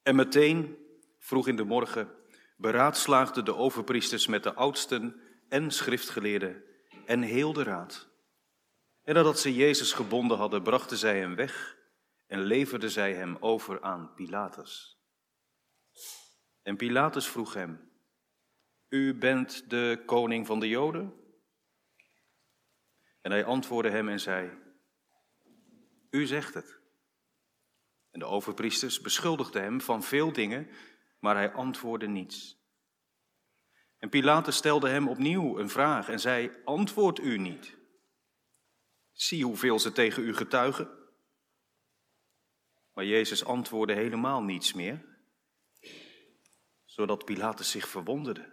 En meteen, vroeg in de morgen, beraadslaagden de overpriesters met de oudsten en schriftgeleerden en heel de raad. En nadat ze Jezus gebonden hadden, brachten zij hem weg en leverden zij hem over aan Pilatus. En Pilatus vroeg hem: U bent de koning van de Joden? En hij antwoordde hem en zei: U zegt het. En de overpriesters beschuldigden hem van veel dingen, maar hij antwoordde niets. En Pilatus stelde hem opnieuw een vraag en zei: Antwoordt u niet? Zie hoeveel ze tegen u getuigen. Maar Jezus antwoordde helemaal niets meer, zodat Pilatus zich verwonderde.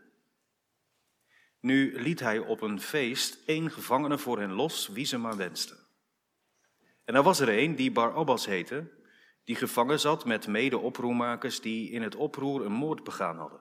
Nu liet hij op een feest 1 gevangene voor hen los, wie ze maar wensten. En er was er een die Barabbas heette, die gevangen zat met mede-oproermakers die in het oproer een moord begaan hadden.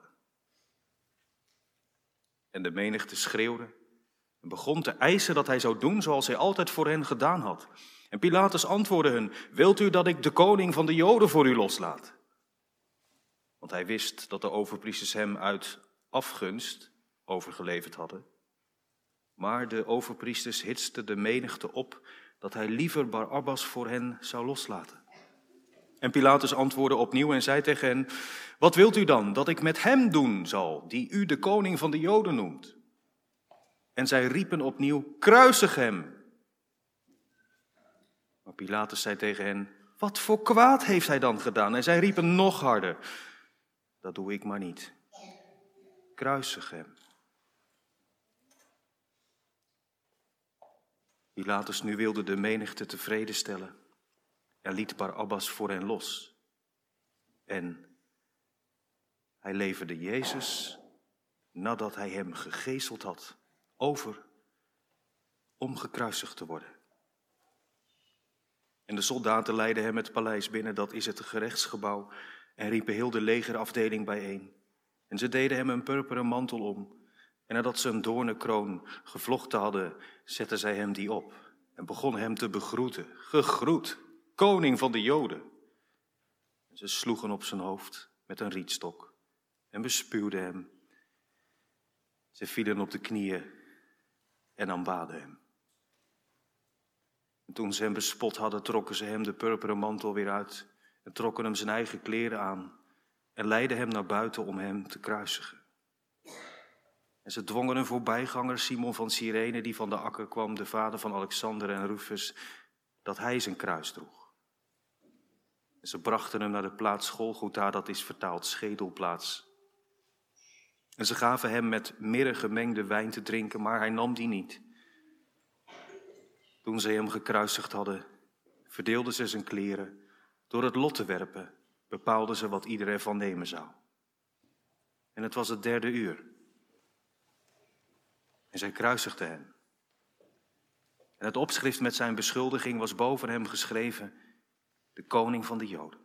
En de menigte schreeuwde en begon te eisen dat hij zou doen zoals hij altijd voor hen gedaan had. En Pilatus antwoordde hun: Wilt u dat ik de koning van de Joden voor u loslaat? Want hij wist dat de overpriesters hem uit afgunst overgeleverd hadden. Maar de overpriesters hitsten de menigte op dat hij liever Barabbas voor hen zou loslaten. En Pilatus antwoordde opnieuw en zei tegen hen: Wat wilt u dan dat ik met hem doen zal, die u de koning van de Joden noemt? En zij riepen opnieuw: Kruisig hem! Maar Pilatus zei tegen hen: Wat voor kwaad heeft hij dan gedaan? En zij riepen nog harder: Dat doe ik maar niet. Kruisig hem! Pilatus nu wilde de menigte tevreden stellen en liet Barabbas voor hen los. En hij leverde Jezus, nadat hij hem gegezeld had, over om gekruisigd te worden. En de soldaten leidden hem het paleis binnen, dat is het gerechtsgebouw, en riepen heel de legerafdeling bijeen. En ze deden hem een purperen mantel om. En nadat ze een doornenkroon gevlochten hadden, zetten zij hem die op en begonnen hem te begroeten. Gegroet, koning van de Joden. En ze sloegen op zijn hoofd met een rietstok en bespuwden hem. Ze vielen op de knieën en aanbaden hem. En toen ze hem bespot hadden, trokken ze hem de purperen mantel weer uit en trokken hem zijn eigen kleren aan en leidden hem naar buiten om hem te kruisigen. En ze dwongen een voorbijganger, Simon van Cyrene, die van de akker kwam, de vader van Alexander en Rufus, dat hij zijn kruis droeg. En ze brachten hem naar de plaats Golgotha, dat is vertaald schedelplaats. En ze gaven hem met mirre gemengde wijn te drinken, maar hij nam die niet. Toen ze hem gekruisigd hadden, verdeelden ze zijn kleren. Door het lot te werpen, bepaalden ze wat ieder ervan nemen zou. En het was het 3e uur. En zij kruisigden hem. En het opschrift met zijn beschuldiging was boven hem geschreven: de koning van de Joden.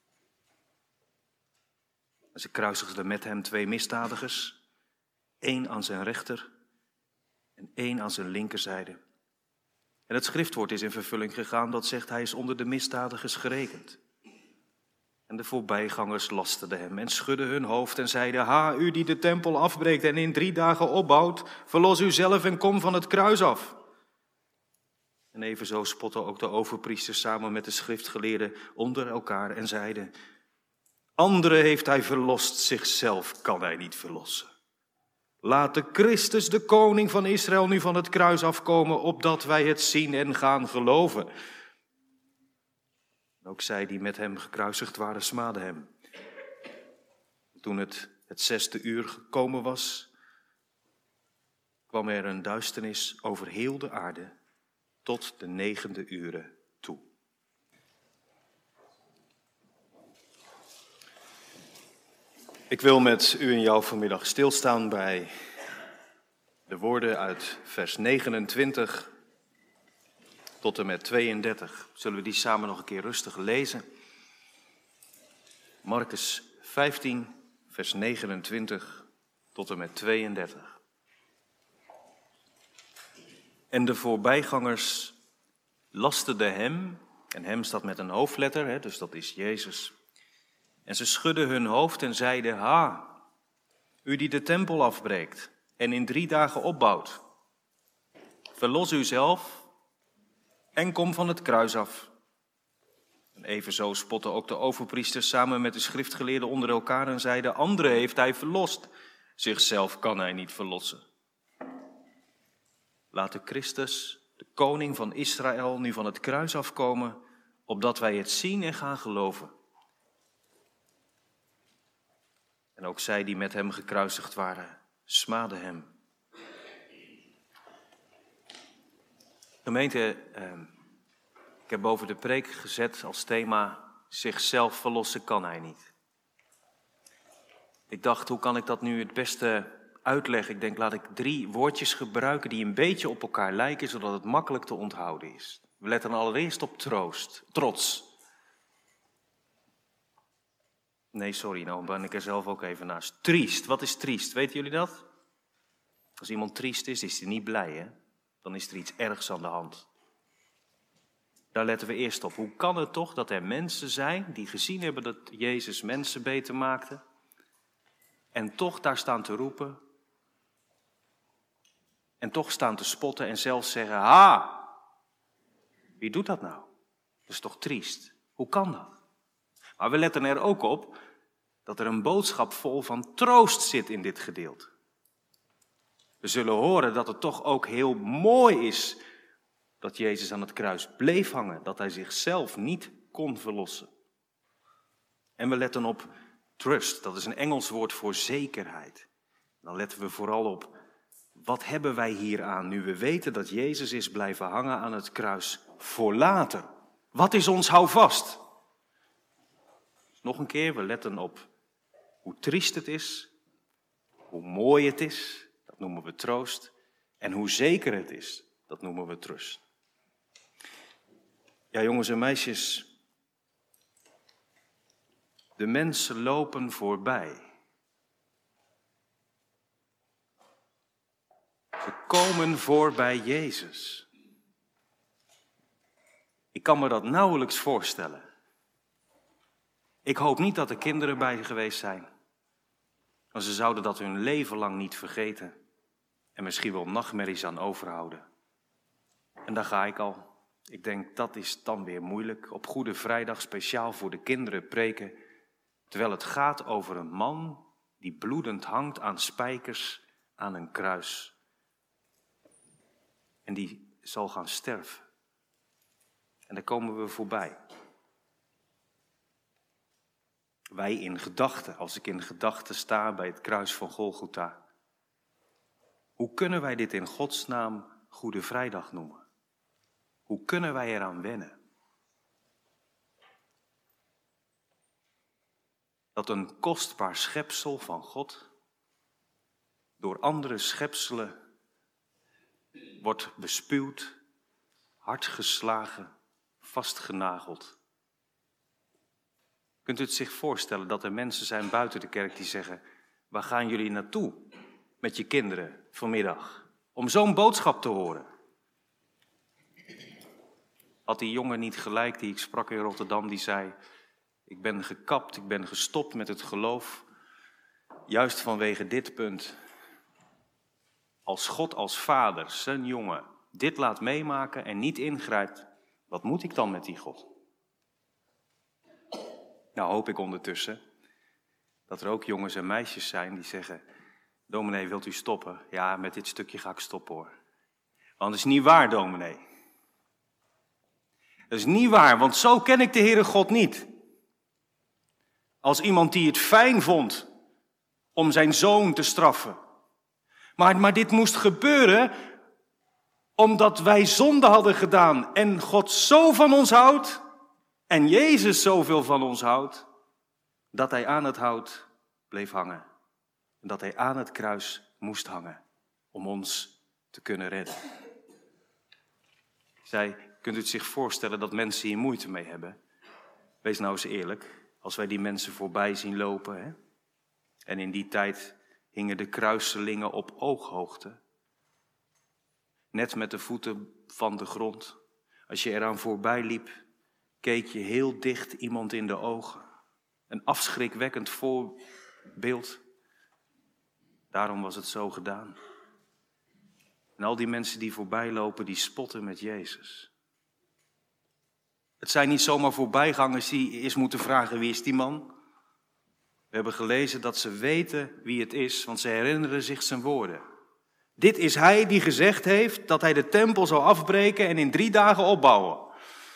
En ze kruisigden met hem 2 misdadigers, 1 aan zijn rechter en 1 aan zijn linkerzijde. En het schriftwoord is in vervulling gegaan dat zegt: hij is onder de misdadigers gerekend. En de voorbijgangers lasteden hem en schudden hun hoofd en zeiden: Ha, u die de tempel afbreekt en in 3 dagen opbouwt, verlos u zelf en kom van het kruis af. En evenzo spotten ook de overpriesters samen met de schriftgeleerden onder elkaar en zeiden: Anderen heeft hij verlost, zichzelf kan hij niet verlossen. Laat de Christus, de koning van Israël, nu van het kruis afkomen, opdat wij het zien en gaan geloven. Ook zij die met hem gekruisigd waren, smaadden hem. Toen het 6e uur gekomen was, kwam er een duisternis over heel de aarde tot de 9e uur toe. Ik wil met u en jou vanmiddag stilstaan bij de woorden uit vers 29 tot en met 32. Zullen we die samen nog een keer rustig lezen? Markus 15, vers 29 tot en met 32. En de voorbijgangers lasteden hem, en hem staat met een hoofdletter, dus dat is Jezus, En ze schudden hun hoofd en zeiden, ha, u die de tempel afbreekt en in 3 dagen opbouwt. Verlos uzelf en kom van het kruis af. En evenzo spotten ook de overpriesters samen met de schriftgeleerden onder elkaar en zeiden, anderen heeft hij verlost, zichzelf kan hij niet verlossen. Laat de Christus, de koning van Israël, nu van het kruis afkomen, opdat wij het zien en gaan geloven. En ook zij die met hem gekruisigd waren, smaadden hem. Gemeente, ik heb boven de preek gezet als thema, zichzelf verlossen kan hij niet. Ik dacht, hoe kan ik dat nu het beste uitleggen? Ik denk, laat ik 3 woordjes gebruiken die een beetje op elkaar lijken, zodat het makkelijk te onthouden is. We letten allereerst op trots. Nee, sorry, nou ben ik er zelf ook even naast. Triest, wat is triest? Weten jullie dat? Als iemand triest is hij niet blij, hè? Dan is er iets ergs aan de hand. Daar letten we eerst op. Hoe kan het toch dat er mensen zijn die gezien hebben dat Jezus mensen beter maakte en toch daar staan te roepen en toch staan te spotten en zelfs zeggen, ha, wie doet dat nou? Dat is toch triest? Hoe kan dat? Maar we letten er ook op dat er een boodschap vol van troost zit in dit gedeelte. We zullen horen dat het toch ook heel mooi is dat Jezus aan het kruis bleef hangen, dat hij zichzelf niet kon verlossen. En we letten op trust, dat is een Engels woord voor zekerheid. Dan letten we vooral op, wat hebben wij hier aan nu we weten dat Jezus is blijven hangen aan het kruis voor later? Wat is ons houvast? Nog een keer, we letten op hoe triest het is, hoe mooi het is, dat noemen we troost, en hoe zeker het is, dat noemen we trust. Ja, jongens en meisjes, de mensen lopen voorbij. Ze komen voorbij Jezus. Ik kan me dat nauwelijks voorstellen. Ik hoop niet dat er kinderen bij geweest zijn. Want ze zouden dat hun leven lang niet vergeten. En misschien wel nachtmerries aan overhouden. En daar ga ik al. Ik denk, dat is dan weer moeilijk. Op Goede Vrijdag speciaal voor de kinderen preken. Terwijl het gaat over een man die bloedend hangt aan spijkers aan een kruis. En die zal gaan sterven. En daar komen we voorbij. Wij in gedachten, als ik in gedachten sta bij het kruis van Golgotha. Hoe kunnen wij dit in Gods naam Goede Vrijdag noemen? Hoe kunnen wij eraan wennen? Dat een kostbaar schepsel van God door andere schepselen wordt bespuwd, hard geslagen, vastgenageld. Kunt u het zich voorstellen dat er mensen zijn buiten de kerk die zeggen, waar gaan jullie naartoe met je kinderen vanmiddag om zo'n boodschap te horen? Had die jongen niet gelijk die ik sprak in Rotterdam, die zei, ik ben gekapt, ik ben gestopt met het geloof, juist vanwege dit punt. Als God als vader zijn jongen dit laat meemaken en niet ingrijpt, wat moet ik dan met die God? Nou hoop ik ondertussen dat er ook jongens en meisjes zijn die zeggen, dominee, wilt u stoppen? Ja, met dit stukje ga ik stoppen hoor. Want dat is niet waar, dominee. Dat is niet waar, want zo ken ik de Heere God niet. Als iemand die het fijn vond om zijn zoon te straffen. Maar dit moest gebeuren omdat wij zonde hadden gedaan en God zo van ons houdt en Jezus zoveel van ons houdt, dat hij aan het hout bleef hangen. En dat hij aan het kruis moest hangen om ons te kunnen redden. Kunt u het zich voorstellen dat mensen hier moeite mee hebben? Wees nou eens eerlijk, als wij die mensen voorbij zien lopen. Hè? En in die tijd hingen de kruiselingen op ooghoogte. Net met de voeten van de grond. Als je eraan voorbij liep, keek je heel dicht iemand in de ogen. Een afschrikwekkend voorbeeld. Daarom was het zo gedaan. En al die mensen die voorbij lopen, die spotten met Jezus. Het zijn niet zomaar voorbijgangers die eerst moeten vragen, wie is die man? We hebben gelezen dat ze weten wie het is, want ze herinneren zich zijn woorden. Dit is hij die gezegd heeft dat hij de tempel zou afbreken en in 3 dagen opbouwen.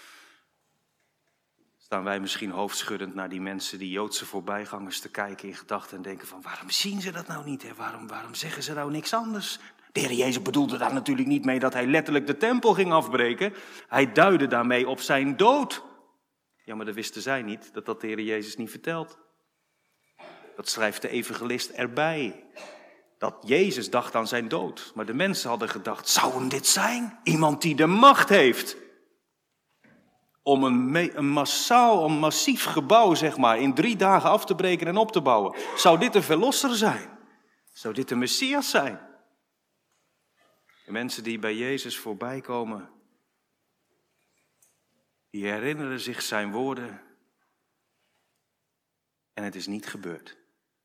Staan wij misschien hoofdschuddend naar die mensen, die Joodse voorbijgangers, te kijken in gedachten en denken van, waarom zien ze dat nou niet? Hè? Waarom zeggen ze nou niks anders? De Heer Jezus bedoelde daar natuurlijk niet mee dat hij letterlijk de tempel ging afbreken. Hij duidde daarmee op zijn dood. Ja, maar dat wisten zij niet, dat de Heer Jezus niet vertelt. Dat schrijft de evangelist erbij. Dat Jezus dacht aan zijn dood. Maar de mensen hadden gedacht, zou hem dit zijn? Iemand die de macht heeft om een massief gebouw, zeg maar, in 3 dagen af te breken en op te bouwen. Zou dit een verlosser zijn? Zou dit de Messias zijn? De mensen die bij Jezus voorbij komen, die herinneren zich zijn woorden. En het is niet gebeurd.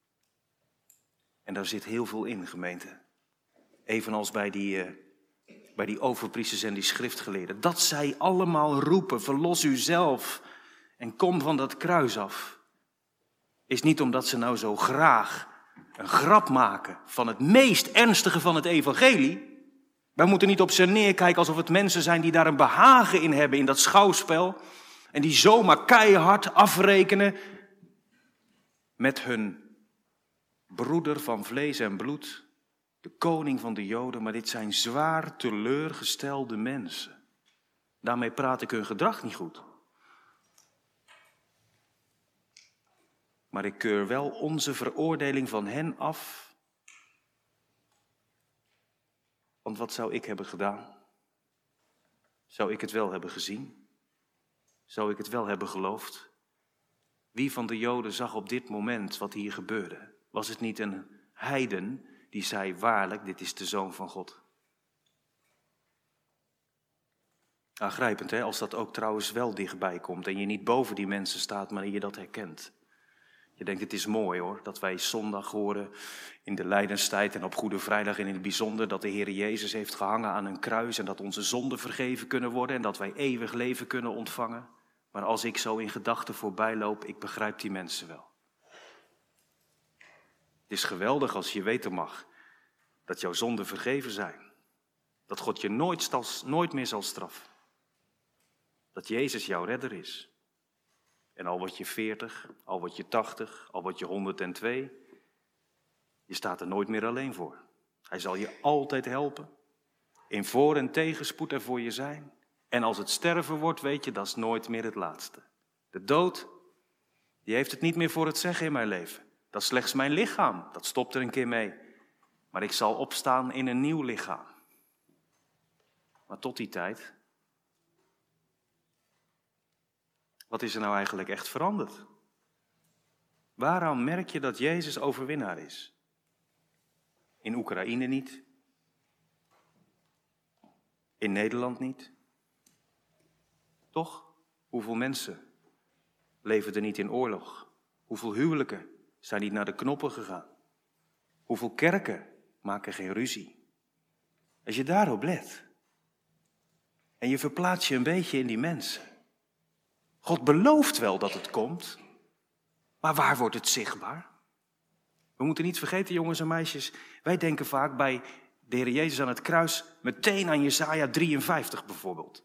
En daar zit heel veel in, gemeente. Evenals bij die overpriesters en die schriftgeleerden. Dat zij allemaal roepen, verlos u zelf en kom van dat kruis af. Is niet omdat ze nou zo graag een grap maken van het meest ernstige van het evangelie. Wij moeten niet op ze neerkijken alsof het mensen zijn die daar een behagen in hebben, in dat schouwspel. En die zomaar keihard afrekenen met hun broeder van vlees en bloed, de koning van de Joden. Maar dit zijn zwaar teleurgestelde mensen. Daarmee praat ik hun gedrag niet goed. Maar ik keur wel onze veroordeling van hen af. Want wat zou ik hebben gedaan? Zou ik het wel hebben gezien? Zou ik het wel hebben geloofd? Wie van de Joden zag op dit moment wat hier gebeurde? Was het niet een heiden die zei, waarlijk, dit is de Zoon van God? Aangrijpend, hè, als dat ook trouwens wel dichtbij komt en je niet boven die mensen staat, maar je dat herkent. Je denkt, het is mooi hoor, dat wij zondag horen in de lijdenstijd en op Goede Vrijdag in het bijzonder dat de Heer Jezus heeft gehangen aan een kruis en dat onze zonden vergeven kunnen worden en dat wij eeuwig leven kunnen ontvangen. Maar als ik zo in gedachten voorbij loop, ik begrijp die mensen wel. Het is geweldig als je weten mag dat jouw zonden vergeven zijn. Dat God je nooit meer zal straffen. Dat Jezus jouw redder is. En al word je 40, al word je 80, al word je 102, je staat er nooit meer alleen voor. Hij zal je altijd helpen. In voor- en tegenspoed er voor je zijn. En als het sterven wordt, weet je, dat is nooit meer het laatste. De dood, die heeft het niet meer voor het zeggen in mijn leven. Dat is slechts mijn lichaam, dat stopt er een keer mee. Maar ik zal opstaan in een nieuw lichaam. Maar tot die tijd, wat is er nou eigenlijk echt veranderd? Waaraan merk je dat Jezus overwinnaar is? In Oekraïne niet. In Nederland niet. Toch? Hoeveel mensen leven er niet in oorlog? Hoeveel huwelijken zijn niet naar de knoppen gegaan? Hoeveel kerken maken geen ruzie? Als je daarop let en je verplaatst je een beetje in die mensen. God belooft wel dat het komt, maar waar wordt het zichtbaar? We moeten niet vergeten, jongens en meisjes, wij denken vaak bij de Heer Jezus aan het kruis meteen aan Jesaja 53 bijvoorbeeld.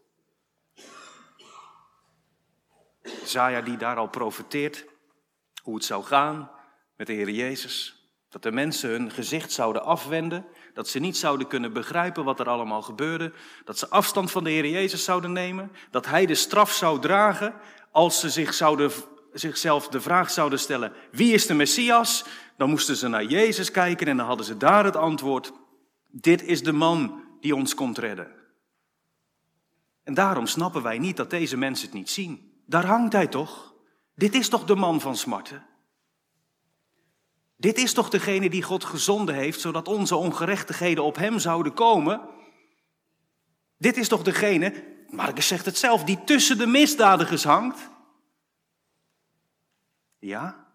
Jesaja die daar al profeteert hoe het zou gaan met de Heer Jezus. Dat de mensen hun gezicht zouden afwenden, dat ze niet zouden kunnen begrijpen wat er allemaal gebeurde. Dat ze afstand van de Heer Jezus zouden nemen, dat hij de straf zou dragen als ze zichzelf de vraag zouden stellen, wie is de Messias? Dan moesten ze naar Jezus kijken en dan hadden ze daar het antwoord, dit is de man die ons komt redden. En daarom snappen wij niet dat deze mensen het niet zien. Daar hangt hij toch? Dit is toch de man van smarten? Dit is toch degene die God gezonden heeft, zodat onze ongerechtigheden op hem zouden komen? Dit is toch degene, Marcus zegt het zelf, die tussen de misdadigers hangt? Ja?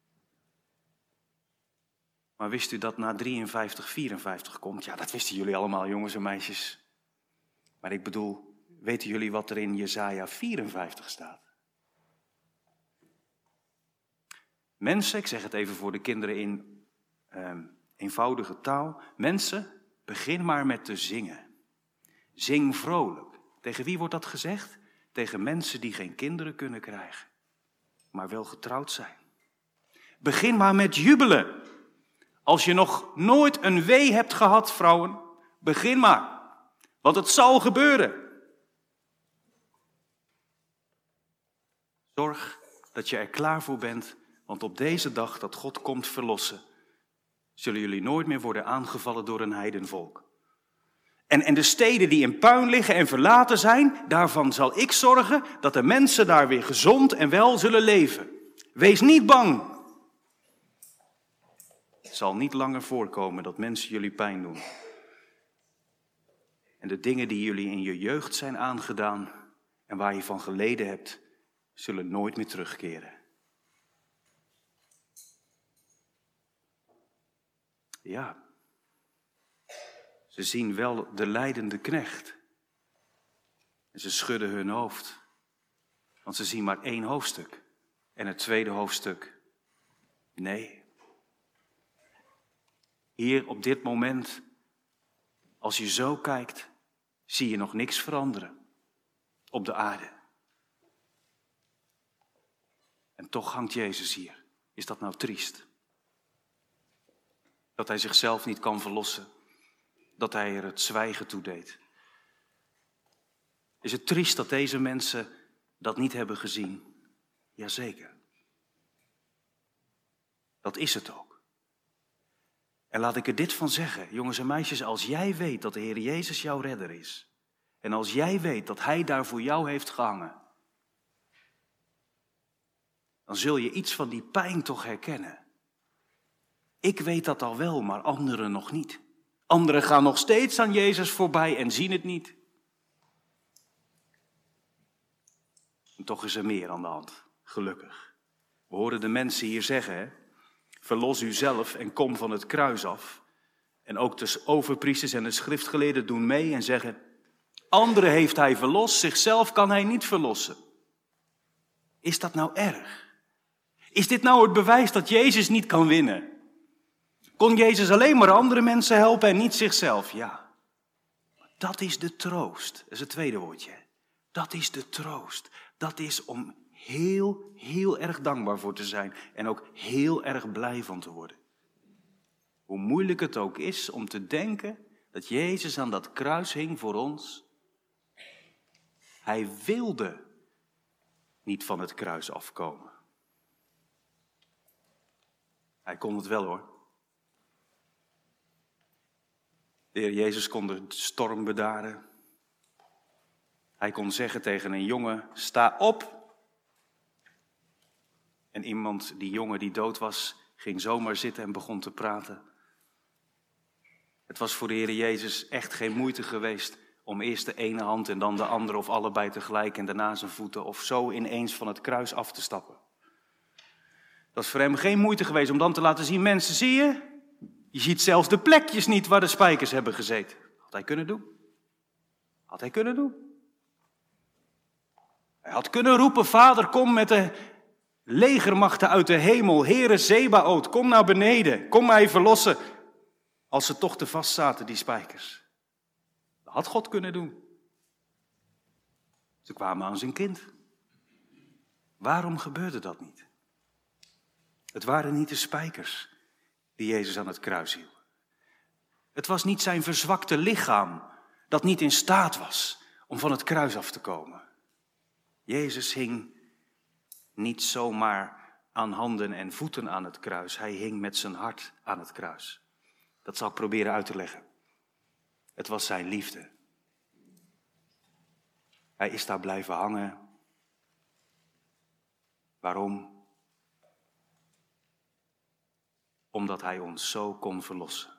Maar wist u dat na 53, 54 komt? Ja, dat wisten jullie allemaal, jongens en meisjes. Maar ik bedoel, weten jullie wat er in Jesaja 54 staat? Mensen, ik zeg het even voor de kinderen in eenvoudige taal. Mensen, begin maar met te zingen. Zing vrolijk. Tegen wie wordt dat gezegd? Tegen mensen die geen kinderen kunnen krijgen, maar wel getrouwd zijn. Begin maar met jubelen. Als je nog nooit een wee hebt gehad, vrouwen, begin maar. Want het zal gebeuren. Zorg dat je er klaar voor bent, want op deze dag dat God komt verlossen, zullen jullie nooit meer worden aangevallen door een heidenvolk. En de steden die in puin liggen en verlaten zijn, daarvan zal ik zorgen dat de mensen daar weer gezond en wel zullen leven. Wees niet bang. Het zal niet langer voorkomen dat mensen jullie pijn doen. En de dingen die jullie in je jeugd zijn aangedaan en waar je van geleden hebt, zullen nooit meer terugkeren. Ja, ze zien wel de lijdende knecht. En ze schudden hun hoofd. Want ze zien maar 1 hoofdstuk. En het tweede hoofdstuk, nee. Hier op dit moment, als je zo kijkt, zie je nog niks veranderen op de aarde. En toch hangt Jezus hier. Is dat nou triest? Dat hij zichzelf niet kan verlossen. Dat hij er het zwijgen toe deed. Is het triest dat deze mensen dat niet hebben gezien? Jazeker. Dat is het ook. En laat ik er dit van zeggen, jongens en meisjes, als jij weet dat de Heer Jezus jouw redder is, en als jij weet dat hij daar voor jou heeft gehangen, dan zul je iets van die pijn toch herkennen. Ik weet dat al wel, maar anderen nog niet. Anderen gaan nog steeds aan Jezus voorbij en zien het niet. En toch is er meer aan de hand, gelukkig. We horen de mensen hier zeggen, hè? Verlos u zelf en kom van het kruis af. En ook de overpriesters en de schriftgeleerden doen mee en zeggen, anderen heeft hij verlost, zichzelf kan hij niet verlossen. Is dat nou erg? Is dit nou het bewijs dat Jezus niet kan winnen? Kon Jezus alleen maar andere mensen helpen en niet zichzelf? Ja. Dat is de troost. Dat is het tweede woordje. Dat is de troost. Dat is om heel erg dankbaar voor te zijn en ook heel erg blij van te worden. Hoe moeilijk het ook is om te denken dat Jezus aan dat kruis hing voor ons. Hij wilde niet van het kruis afkomen. Hij kon het wel hoor. De Heer Jezus kon de storm bedaren. Hij kon zeggen tegen een jongen, sta op. En die jongen die dood was, ging zomaar zitten en begon te praten. Het was voor de Heer Jezus echt geen moeite geweest om eerst de ene hand en dan de andere of allebei tegelijk en daarna zijn voeten of zo ineens van het kruis af te stappen. Dat is voor hem geen moeite geweest om dan te laten zien, mensen, zie je? Je ziet zelfs de plekjes niet waar de spijkers hebben gezeten. Had hij kunnen doen. Had hij kunnen doen. Hij had kunnen roepen, Vader, kom met de legermachten uit de hemel. Heere Zebaoth, kom naar beneden. Kom mij verlossen. Als ze toch te vast zaten, die spijkers. Dat had God kunnen doen. Ze kwamen aan zijn kind. Waarom gebeurde dat niet? Het waren niet de spijkers die Jezus aan het kruis hield. Het was niet zijn verzwakte lichaam dat niet in staat was om van het kruis af te komen. Jezus hing niet zomaar aan handen en voeten aan het kruis. Hij hing met zijn hart aan het kruis. Dat zal ik proberen uit te leggen. Het was zijn liefde. Hij is daar blijven hangen. Waarom? Omdat hij ons zo kon verlossen.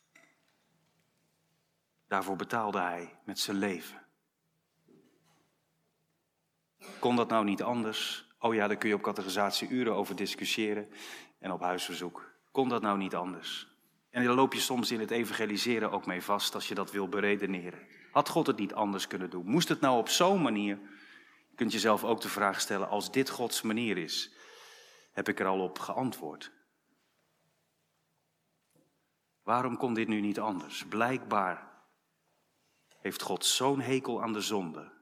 Daarvoor betaalde hij met zijn leven. Kon dat nou niet anders? Oh ja, daar kun je op catechisatie uren over discussiëren en op huisverzoek. Kon dat nou niet anders? En daar loop je soms in het evangeliseren ook mee vast als je dat wil beredeneren. Had God het niet anders kunnen doen? Moest het nou op zo'n manier? Je kunt jezelf ook de vraag stellen, als dit Gods manier is, heb ik er al op geantwoord? Waarom kon dit nu niet anders? Blijkbaar heeft God zo'n hekel aan de zonde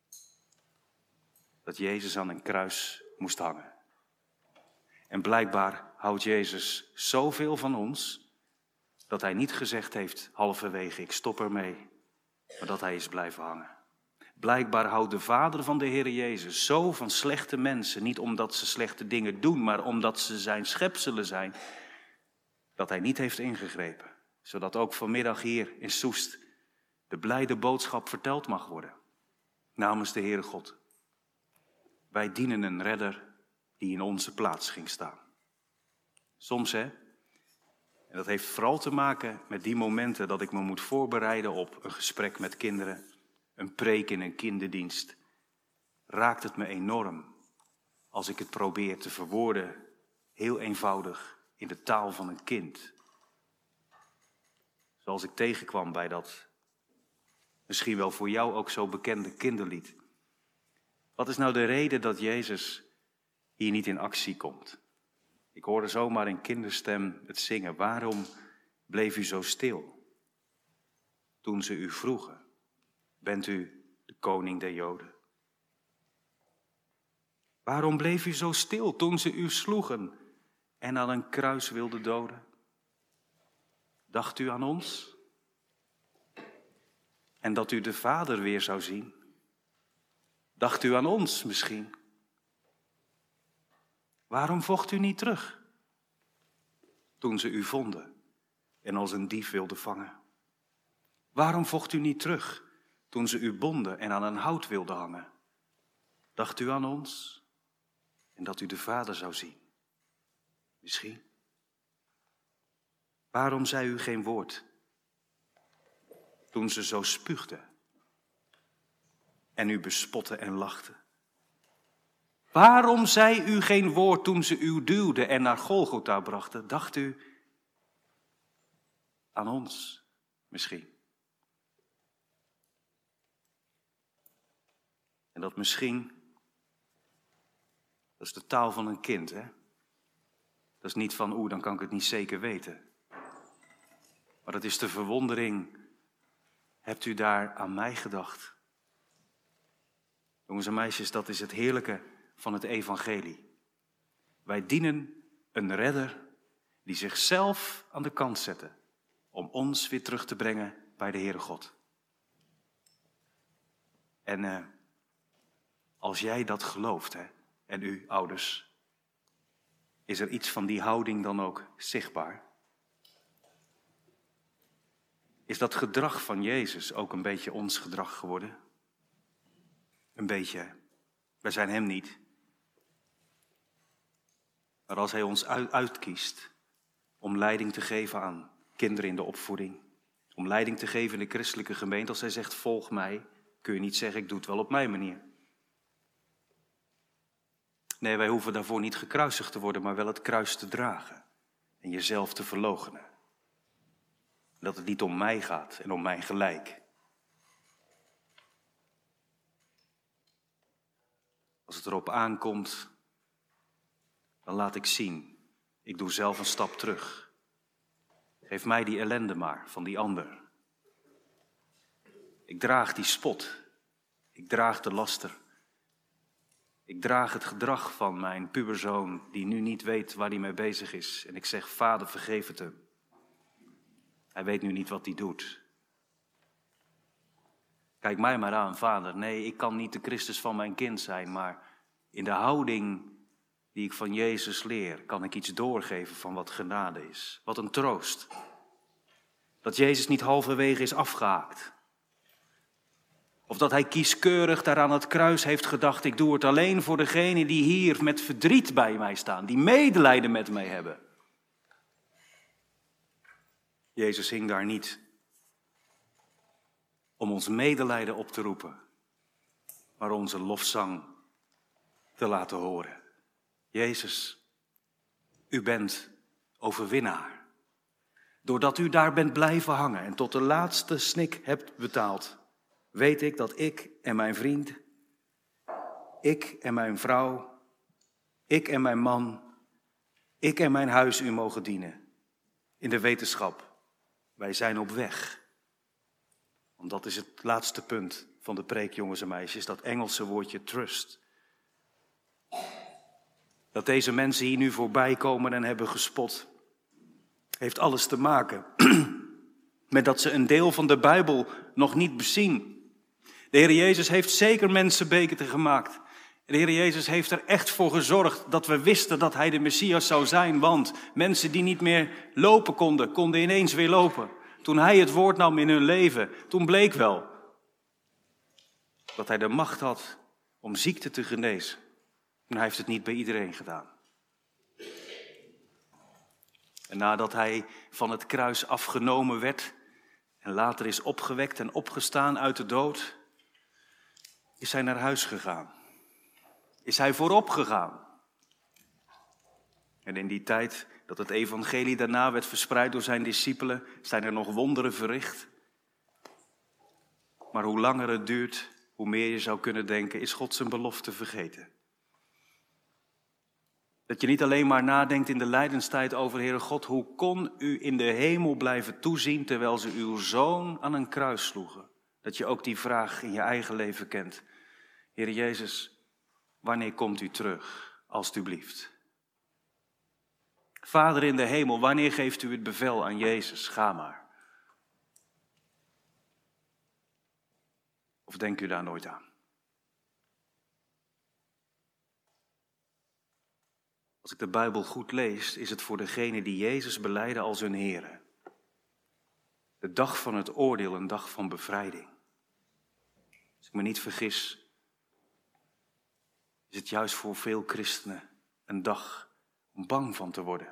dat Jezus aan een kruis moest hangen. En blijkbaar houdt Jezus zoveel van ons dat hij niet gezegd heeft halverwege, ik stop ermee, maar dat hij is blijven hangen. Blijkbaar houdt de Vader van de Heer Jezus zo van slechte mensen, niet omdat ze slechte dingen doen, maar omdat ze zijn schepselen zijn, dat hij niet heeft ingegrepen. Zodat ook vanmiddag hier in Soest de blijde boodschap verteld mag worden. Namens de Heere God. Wij dienen een redder die in onze plaats ging staan. Soms en dat heeft vooral te maken met die momenten dat ik me moet voorbereiden op een gesprek met kinderen, een preek in een kinderdienst, raakt het me enorm als ik het probeer te verwoorden, heel eenvoudig, in de taal van een kind. Zoals ik tegenkwam bij dat misschien wel voor jou ook zo bekende kinderlied. Wat is nou de reden dat Jezus hier niet in actie komt? Ik hoorde zomaar een kinderstem het zingen. Waarom bleef u zo stil? Toen ze u vroegen, bent u de koning der Joden? Waarom bleef u zo stil toen ze u sloegen en aan een kruis wilden doden? Dacht u aan ons? En dat u de Vader weer zou zien? Dacht u aan ons misschien? Waarom vocht u niet terug toen ze u vonden en als een dief wilden vangen? Waarom vocht u niet terug toen ze u bonden en aan een hout wilden hangen? Dacht u aan ons en dat u de Vader zou zien? Misschien. Waarom zei u geen woord toen ze zo spuugden en u bespotten en lachten? Waarom zei u geen woord toen ze u duwden en naar Golgotha brachten? Dacht u aan ons misschien? En dat misschien, dat is de taal van een kind, hè? Dat is niet van, dan kan ik het niet zeker weten. Maar dat is de verwondering, hebt u daar aan mij gedacht? Jongens en meisjes, dat is het heerlijke van het evangelie. Wij dienen een redder die zichzelf aan de kant zette om ons weer terug te brengen bij de Heere God. En als jij dat gelooft, hè, en u ouders, is er iets van die houding dan ook zichtbaar? Is dat gedrag van Jezus ook een beetje ons gedrag geworden? Een beetje. Wij zijn hem niet. Maar als hij ons uitkiest om leiding te geven aan kinderen in de opvoeding, om leiding te geven in de christelijke gemeente, als hij zegt volg mij, kun je niet zeggen ik doe het wel op mijn manier. Nee, wij hoeven daarvoor niet gekruisigd te worden, maar wel het kruis te dragen en jezelf te verloochenen. Dat het niet om mij gaat en om mijn gelijk. Als het erop aankomt, dan laat ik zien. Ik doe zelf een stap terug. Geef mij die ellende maar van die ander. Ik draag die spot. Ik draag de laster. Ik draag het gedrag van mijn puberzoon die nu niet weet waar hij mee bezig is. En ik zeg, Vader, vergeef het hem. Hij weet nu niet wat hij doet. Kijk mij maar aan, Vader. Nee, ik kan niet de Christus van mijn kind zijn, maar in de houding die ik van Jezus leer, kan ik iets doorgeven van wat genade is. Wat een troost. Dat Jezus niet halverwege is afgehaakt. Of dat hij kieskeurig daar aan het kruis heeft gedacht, ik doe het alleen voor degenen die hier met verdriet bij mij staan, die medelijden met mij hebben. Jezus hing daar niet om ons medelijden op te roepen, maar onze lofzang te laten horen. Jezus, u bent overwinnaar. Doordat u daar bent blijven hangen en tot de laatste snik hebt betaald, weet ik dat ik en mijn vriend, ik en mijn vrouw, ik en mijn man, ik en mijn huis u mogen dienen. In de wetenschap, wij zijn op weg. Want dat is het laatste punt van de preek, jongens en meisjes, dat Engelse woordje trust. Dat deze mensen hier nu voorbij komen en hebben gespot, heeft alles te maken met dat ze een deel van de Bijbel nog niet bezien. De Heer Jezus heeft zeker mensen beter gemaakt. De Heer Jezus heeft er echt voor gezorgd dat we wisten dat Hij de Messias zou zijn. Want mensen die niet meer lopen konden ineens weer lopen. Toen Hij het woord nam in hun leven, toen bleek wel dat Hij de macht had om ziekte te genezen. En Hij heeft het niet bij iedereen gedaan. En nadat Hij van het kruis afgenomen werd en later is opgewekt en opgestaan uit de dood, is Hij naar huis gegaan. Is Hij voorop gegaan. En in die tijd dat het evangelie daarna werd verspreid door zijn discipelen, zijn er nog wonderen verricht. Maar hoe langer het duurt, hoe meer je zou kunnen denken, is God zijn belofte vergeten. Dat je niet alleen maar nadenkt in de lijdenstijd over, Heere God, hoe kon u in de hemel blijven toezien terwijl ze uw zoon aan een kruis sloegen? Dat je ook die vraag in je eigen leven kent. Heere Jezus, wanneer komt u terug, alstublieft? Vader in de hemel, wanneer geeft u het bevel aan Jezus? Ga maar. Of denkt u daar nooit aan? Als ik de Bijbel goed lees, is het voor degenen die Jezus belijden als hun Heere. De dag van het oordeel, een dag van bevrijding. Als ik me niet vergis, is het juist voor veel christenen een dag om bang van te worden.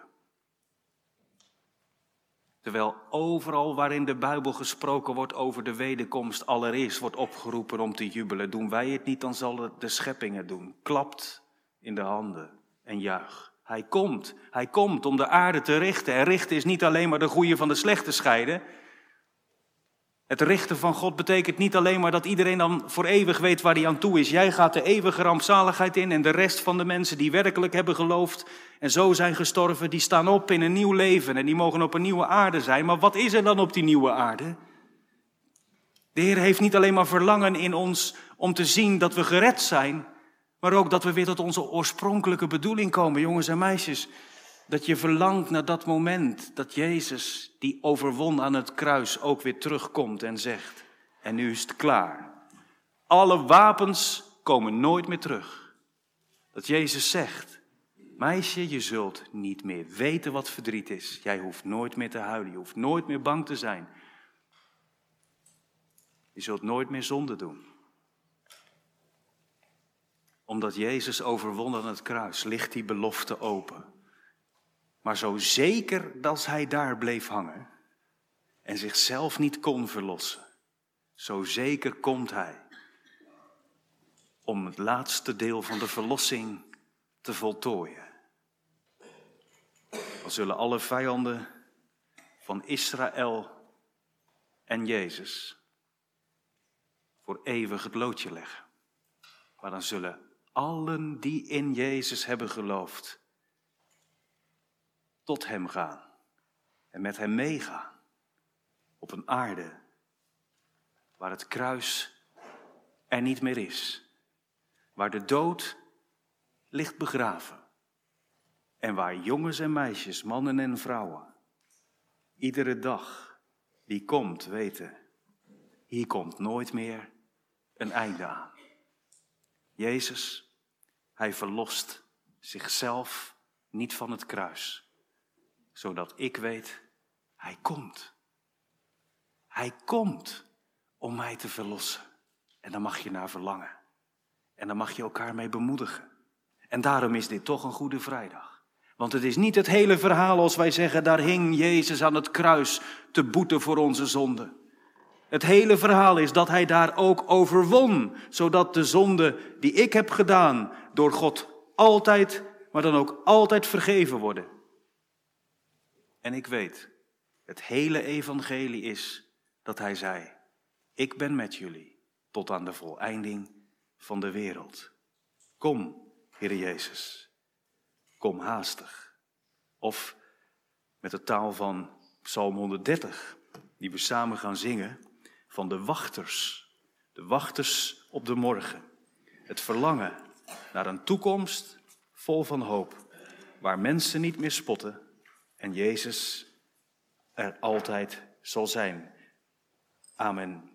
Terwijl overal waarin de Bijbel gesproken wordt over de wederkomst allereerst wordt opgeroepen om te jubelen. Doen wij het niet, dan zal de schepping het doen. Klapt in de handen en juich. Hij komt om de aarde te richten. En richten is niet alleen maar de goede van de slechte scheiden. Het richten van God betekent niet alleen maar dat iedereen dan voor eeuwig weet waar hij aan toe is. Jij gaat de eeuwige rampzaligheid in en de rest van de mensen die werkelijk hebben geloofd en zo zijn gestorven, die staan op in een nieuw leven en die mogen op een nieuwe aarde zijn. Maar wat is er dan op die nieuwe aarde? De Heer heeft niet alleen maar verlangen in ons om te zien dat we gered zijn, maar ook dat we weer tot onze oorspronkelijke bedoeling komen, jongens en meisjes. Dat je verlangt naar dat moment dat Jezus, die overwon aan het kruis, ook weer terugkomt en zegt, en nu is het klaar. Alle wapens komen nooit meer terug. Dat Jezus zegt, meisje, je zult niet meer weten wat verdriet is. Jij hoeft nooit meer te huilen, je hoeft nooit meer bang te zijn. Je zult nooit meer zonde doen. Omdat Jezus overwon aan het kruis, ligt die belofte open. Maar zo zeker als hij daar bleef hangen en zichzelf niet kon verlossen, zo zeker komt hij om het laatste deel van de verlossing te voltooien. Dan zullen alle vijanden van Israël en Jezus voor eeuwig het loodje leggen. Maar dan zullen allen die in Jezus hebben geloofd tot hem gaan en met hem meegaan op een aarde waar het kruis er niet meer is, waar de dood ligt begraven en waar jongens en meisjes, mannen en vrouwen, iedere dag die komt weten, hier komt nooit meer een einde aan. Jezus, hij verlost zichzelf niet van het kruis, zodat ik weet, hij komt. Hij komt om mij te verlossen. En daar mag je naar verlangen. En daar mag je elkaar mee bemoedigen. En daarom is dit toch een Goede Vrijdag. Want het is niet het hele verhaal als wij zeggen, daar hing Jezus aan het kruis te boeten voor onze zonden. Het hele verhaal is dat hij daar ook overwon, zodat de zonde die ik heb gedaan door God altijd, maar dan ook altijd vergeven worden. En ik weet, het hele evangelie is dat hij zei, ik ben met jullie tot aan de voleinding van de wereld. Kom, Heere Jezus, kom haastig. Of met de taal van Psalm 130, die we samen gaan zingen, van de wachters op de morgen. Het verlangen naar een toekomst vol van hoop, waar mensen niet meer spotten en Jezus er altijd zal zijn. Amen.